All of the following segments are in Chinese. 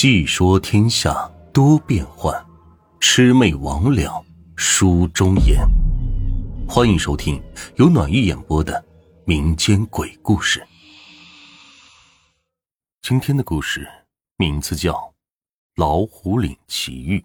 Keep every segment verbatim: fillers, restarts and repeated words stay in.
细说天下多变幻，魑魅魍魉书中言。欢迎收听由暖玉演播的民间鬼故事。今天的故事名字叫老虎岭奇遇。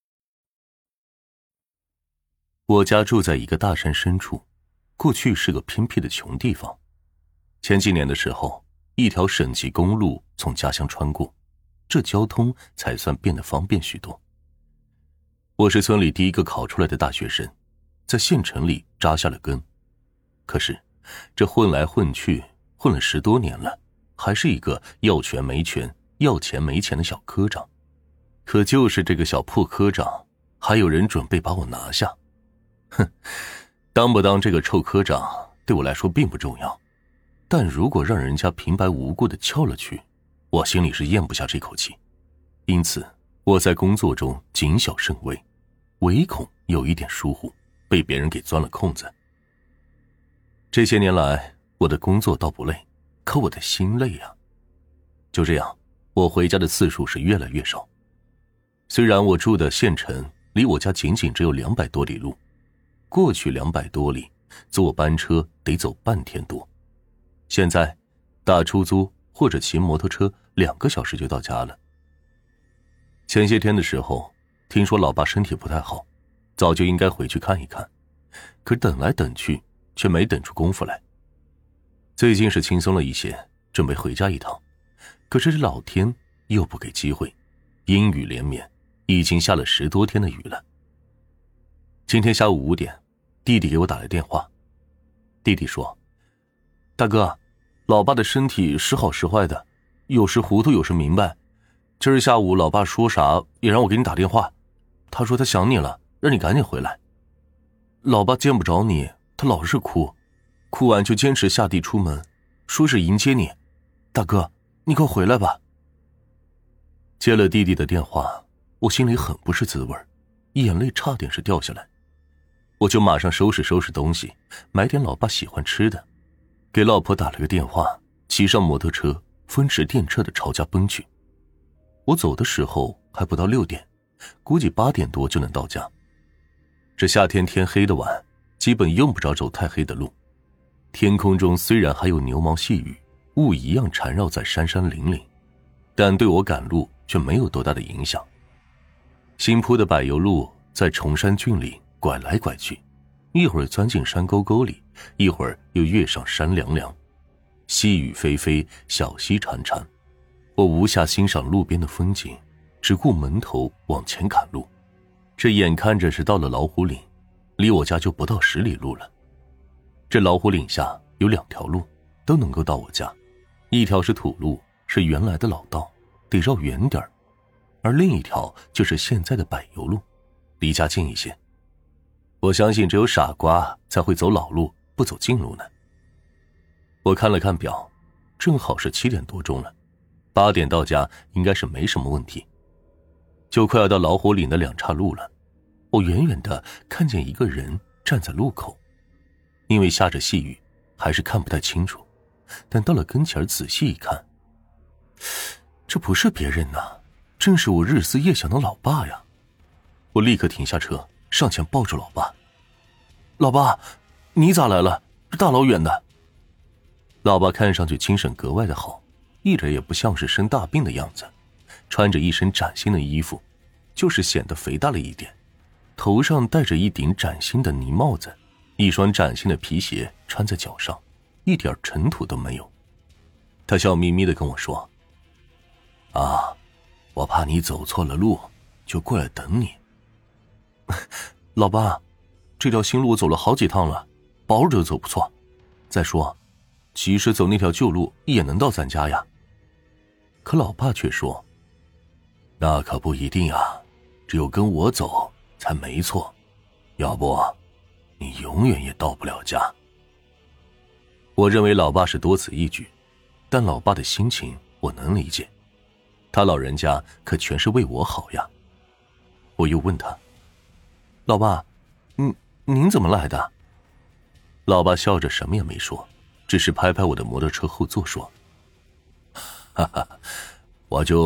我家住在一个大山深处，过去是个偏僻的穷地方。前几年的时候，一条省级公路从家乡穿过，这交通才算变得方便许多。我是村里第一个考出来的大学生，在县城里扎下了根。可是这混来混去，混了十多年了，还是一个要权没权，要钱没钱的小科长。可就是这个小破科长，还有人准备把我拿下。哼，当不当这个臭科长对我来说并不重要，但如果让人家平白无故的撬了去，我心里是咽不下这口气。因此我在工作中谨小慎微，唯恐有一点疏忽被别人给钻了空子。这些年来我的工作倒不累，可我的心累啊。就这样，我回家的次数是越来越少。虽然我住的县城离我家仅仅只有两百多里路，过去两百多里坐班车得走半天多，现在打出租或者骑摩托车两个小时就到家了。前些天的时候，听说老爸身体不太好，早就应该回去看一看，可等来等去却没等出功夫来。最近是轻松了一些，准备回家一趟，可是这老天又不给机会，阴雨连绵，已经下了十多天的雨了。今天下午五点，弟弟给我打来电话。弟弟说，大哥，老爸的身体时好时坏的，有时糊涂有时明白，今儿下午老爸说啥也让我给你打电话，他说他想你了，让你赶紧回来。老爸见不着你，他老是哭，哭完就坚持下地出门，说是迎接你。大哥，你快回来吧。接了弟弟的电话，我心里很不是滋味，眼泪差点是掉下来。我就马上收拾收拾东西，买点老爸喜欢吃的，给老婆打了个电话，骑上摩托车风驰电掣的朝家奔去。我走的时候还不到六点，估计八点多就能到家。这夏天天黑的晚，基本用不着走太黑的路。天空中虽然还有牛毛细雨，雾一样缠绕在山山岭岭，但对我赶路却没有多大的影响。新铺的柏油路在崇山峻岭拐来拐去，一会儿钻进山沟沟里，一会儿又跃上山梁梁，细雨霏霏，小溪潺潺。我无暇欣赏路边的风景，只顾闷头往前赶路。这眼看着是到了老虎岭，离我家就不到十里路了。这老虎岭下有两条路都能够到我家，一条是土路，是原来的老道，得绕远点儿，而另一条就是现在的柏油路，离家近一些。我相信只有傻瓜才会走老路不走近路呢。我看了看表，正好是七点多钟了，八点到家应该是没什么问题。就快要到老虎岭的两岔路了，我远远地看见一个人站在路口，因为下着细雨还是看不太清楚，但到了跟前仔细一看，这不是别人呐，正是我日思夜想的老爸呀。我立刻停下车，上前抱住老爸。老爸，你咋来了？大老远的。老爸看上去精神格外的好，一点也不像是生大病的样子，穿着一身崭新的衣服，就是显得肥大了一点，头上戴着一顶崭新的呢帽子，一双崭新的皮鞋穿在脚上，一点尘土都没有。他笑眯眯地跟我说，啊，我怕你走错了路，就过来等你。老爸，这条新路我走了好几趟了，保着走不错。再说，即使走那条旧路也能到咱家呀。可老爸却说，那可不一定啊，只有跟我走才没错，要不你永远也到不了家。我认为老爸是多此一举，但老爸的心情我能理解，他老人家可全是为我好呀。我又问他，老爸，您您怎么来的？老爸笑着什么也没说，只是拍拍我的摩托车后座说，哈哈，我就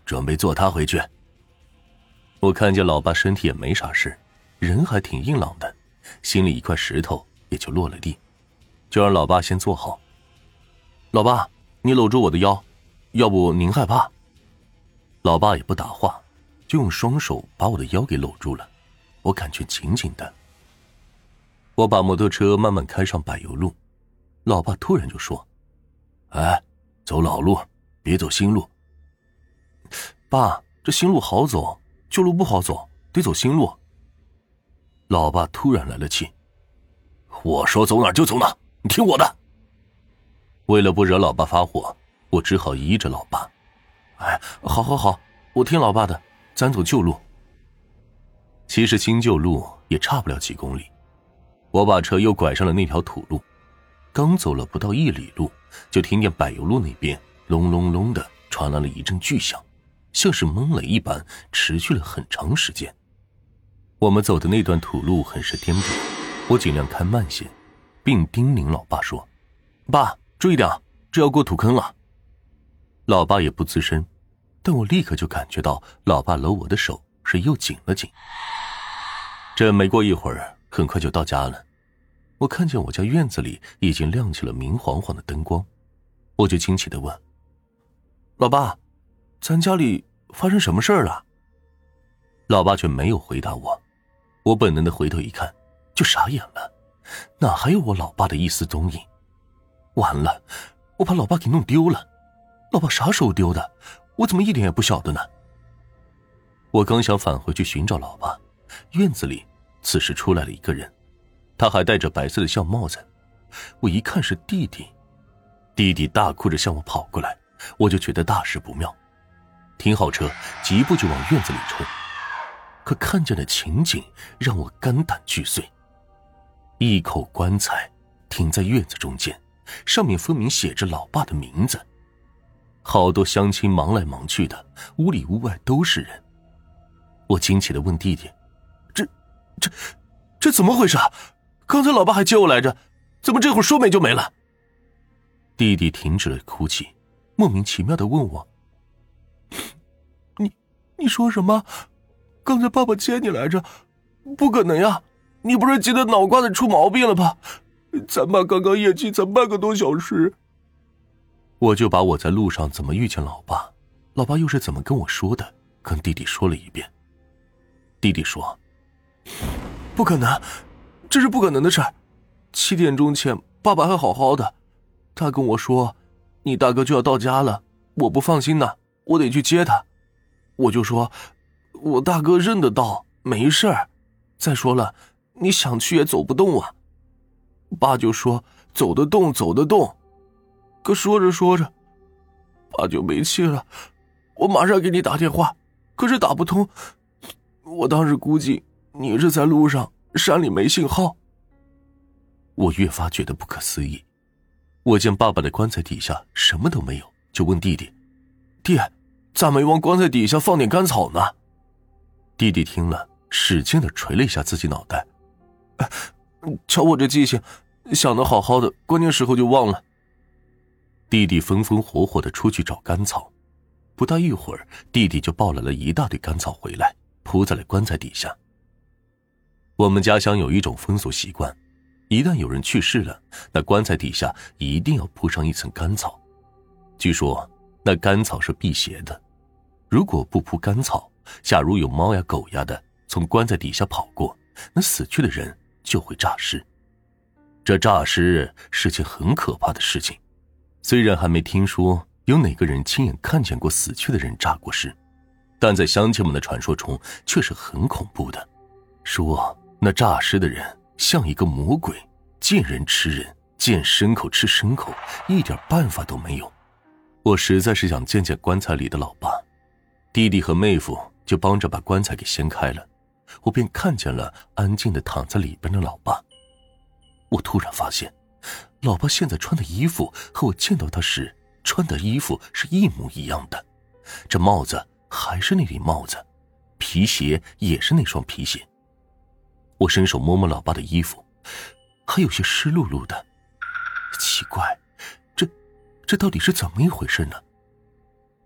准备坐他回去。我看见老爸身体也没啥事，人还挺硬朗的，心里一块石头也就落了地，就让老爸先坐好。老爸，你搂住我的腰，要不您害怕？老爸也不答话，就用双手把我的腰给搂住了，我感觉紧紧的。我把摩托车慢慢开上柏油路，老爸突然就说：哎，走老路，别走新路。爸，这新路好走，旧路不好走，得走新路。老爸突然来了气：我说走哪就走哪，你听我的。为了不惹老爸发火，我只好依着老爸。哎，好好好，我听老爸的，咱走旧路。其实新旧路也差不了几公里，我把车又拐上了那条土路，刚走了不到一里路，就听见柏油路那边隆隆隆的传来了一阵巨响，像是闷雷一般，持续了很长时间。我们走的那段土路很是颠簸，我尽量开慢些，并叮咛老爸说：爸，注意点，这要过土坑了。老爸也不吱声，但我立刻就感觉到老爸搂我的手是又紧了紧。这没过一会儿，很快就到家了。我看见我家院子里已经亮起了明晃晃的灯光，我就惊奇地问：老爸，咱家里发生什么事儿了？老爸却没有回答我。我本能地回头一看，就傻眼了，哪还有我老爸的一丝踪影？完了，我把老爸给弄丢了。老爸啥时候丢的？我怎么一点也不晓得呢？我刚想返回去寻找老爸，院子里此时出来了一个人，他还戴着白色的小帽子。我一看是弟弟，弟弟大哭着向我跑过来，我就觉得大事不妙，停好车，疾步就往院子里冲。可看见的情景让我肝胆俱碎。一口棺材停在院子中间，上面分明写着老爸的名字。好多乡亲忙来忙去的，屋里屋外都是人。我惊奇地问弟弟：这这这怎么回事？刚才老爸还接我来着，怎么这会儿说没就没了？弟弟停止了哭泣，莫名其妙地问我：你你说什么？刚才爸爸接你来着？不可能呀，你不是急得脑瓜子出毛病了吧？咱爸刚刚咽气才半个多小时。我就把我在路上怎么遇见老爸，老爸又是怎么跟我说的，跟弟弟说了一遍。弟弟说：不可能，这是不可能的事儿。七点钟前爸爸还好好的，他跟我说你大哥就要到家了，我不放心呢，我得去接他。我就说我大哥认得到，没事儿。再说了，你想去也走不动啊。爸就说走得动走得动，可说着说着爸就没气了。我马上给你打电话，可是打不通。我当时估计你是在路上，山里没信号。我越发觉得不可思议。我见爸爸的棺材底下什么都没有，就问弟弟：弟，咋没往棺材底下放点干草呢？弟弟听了，使劲地捶了一下自己脑袋：瞧我这记性，想得好好的，关键时候就忘了。弟弟风风火火地出去找干草，不大一会儿，弟弟就抱来了一大堆干草回来，铺在了棺材底下。我们家乡有一种风俗习惯，一旦有人去世了，那棺材底下一定要铺上一层干草。据说那干草是辟邪的，如果不铺干草，假如有猫呀狗呀的从棺材底下跑过，那死去的人就会诈尸。这诈尸是件很可怕的事情，虽然还没听说有哪个人亲眼看见过死去的人诈过尸，但在乡亲们的传说中却是很恐怖的。说那诈尸的人像一个魔鬼，见人吃人，见牲口吃牲口，一点办法都没有。我实在是想见见棺材里的老爸，弟弟和妹夫就帮着把棺材给掀开了，我便看见了安静地躺在里边的老爸。我突然发现，老爸现在穿的衣服和我见到他时穿的衣服是一模一样的，这帽子还是那顶帽子，皮鞋也是那双皮鞋。我伸手摸摸老爸的衣服，还有些湿漉漉的。奇怪，这这到底是怎么一回事呢？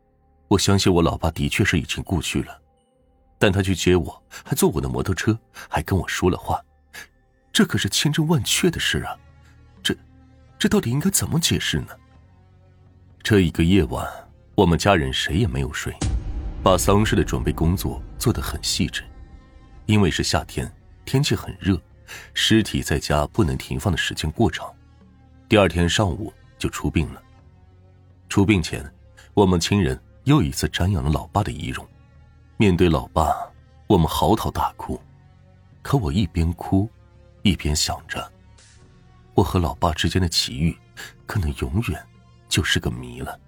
我相信我老爸的确是已经故去了，但他去接我，还坐我的摩托车，还跟我说了话，这可是千真万确的事啊！这，这到底应该怎么解释呢？这一个夜晚，我们家人谁也没有睡，把丧事的准备工作做得很细致。因为是夏天，天气很热，尸体在家不能停放的时间过长，第二天上午就出殡了。出殡前，我们亲人又一次瞻仰了老爸的遗容。面对老爸，我们嚎啕大哭。可我一边哭，一边想着，我和老爸之间的奇遇，可能永远就是个谜了。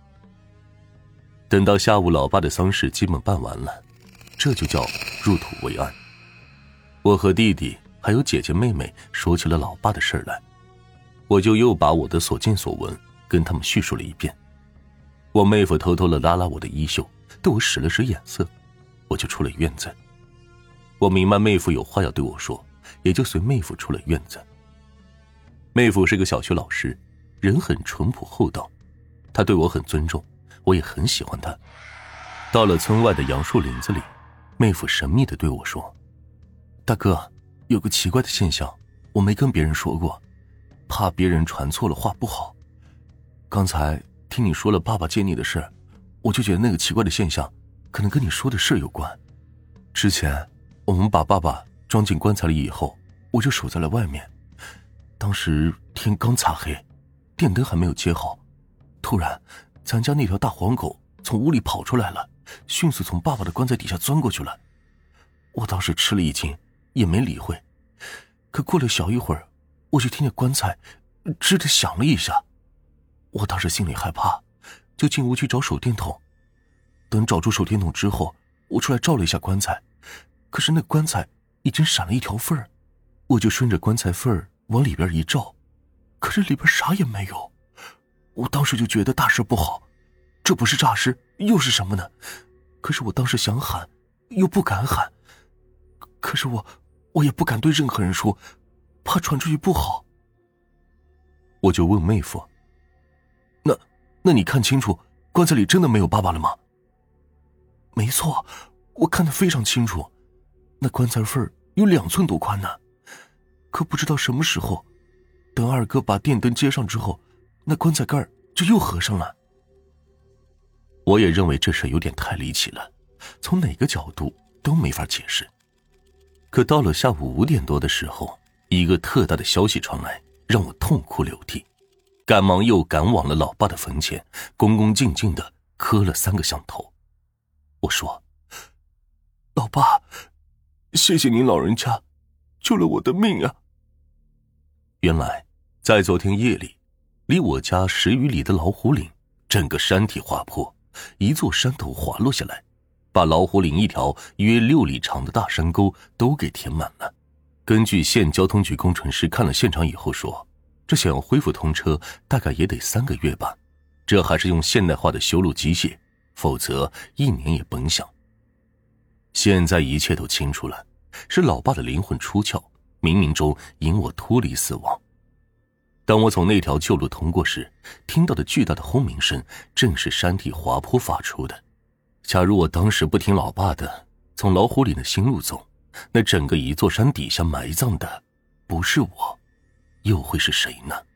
等到下午，老爸的丧事基本办完了，这就叫入土为安。我和弟弟还有姐姐妹妹说起了老爸的事来，我就又把我的所见所闻跟他们叙述了一遍。我妹夫偷偷地拉拉我的衣袖，对我使了使眼色，我就出了院子。我明白妹夫有话要对我说，也就随妹夫出了院子。妹夫是个小学老师，人很淳朴厚道，他对我很尊重，我也很喜欢他。到了村外的杨树林子里，妹夫神秘地对我说，大哥，有个奇怪的现象，我没跟别人说过，怕别人传错了话不好。刚才听你说了爸爸接你的事，我就觉得那个奇怪的现象可能跟你说的事有关。之前我们把爸爸装进棺材里以后，我就守在了外面。当时天刚擦黑，电灯还没有接好，突然咱家那条大黄狗从屋里跑出来了，迅速从爸爸的棺材底下钻过去了。我当时吃了一惊，也没理会。可过了小一会儿，我就听见棺材吱的响了一下，我当时心里害怕，就进屋去找手电筒。等找出手电筒之后，我出来照了一下棺材，可是那棺材已经闪了一条缝儿，我就顺着棺材缝儿往里边一照，可是里边啥也没有。我当时就觉得大事不好，这不是诈尸又是什么呢？可是我当时想喊又不敢喊，可是我我也不敢对任何人说，怕传出去不好。我就问妹夫，那那你看清楚棺材里真的没有爸爸了吗？没错，我看得非常清楚，那棺材缝有两寸多宽呢。可不知道什么时候，等二哥把电灯接上之后，那棺材盖就又合上了。我也认为这事有点太离奇了，从哪个角度都没法解释。可到了下午五点多的时候，一个特大的消息传来，让我痛哭流涕，赶忙又赶往了老爸的坟前，恭恭敬敬地磕了三个响头。我说，老爸，谢谢您老人家救了我的命啊。原来在昨天夜里，离我家十余里的老虎岭整个山体滑坡，一座山头滑落下来，把老虎岭一条约六里长的大山沟都给填满了。根据县交通局工程师看了现场以后说，这想要恢复通车大概也得三个月吧，这还是用现代化的修路机械，否则一年也甭想。现在一切都清楚了，是老爸的灵魂出窍，冥冥中引我脱离死亡。当我从那条旧路通过时，听到的巨大的轰鸣声正是山体滑坡发出的。假如我当时不听老爸的，从老虎岭的新路走，那整个一座山底下埋葬的不是我，又会是谁呢？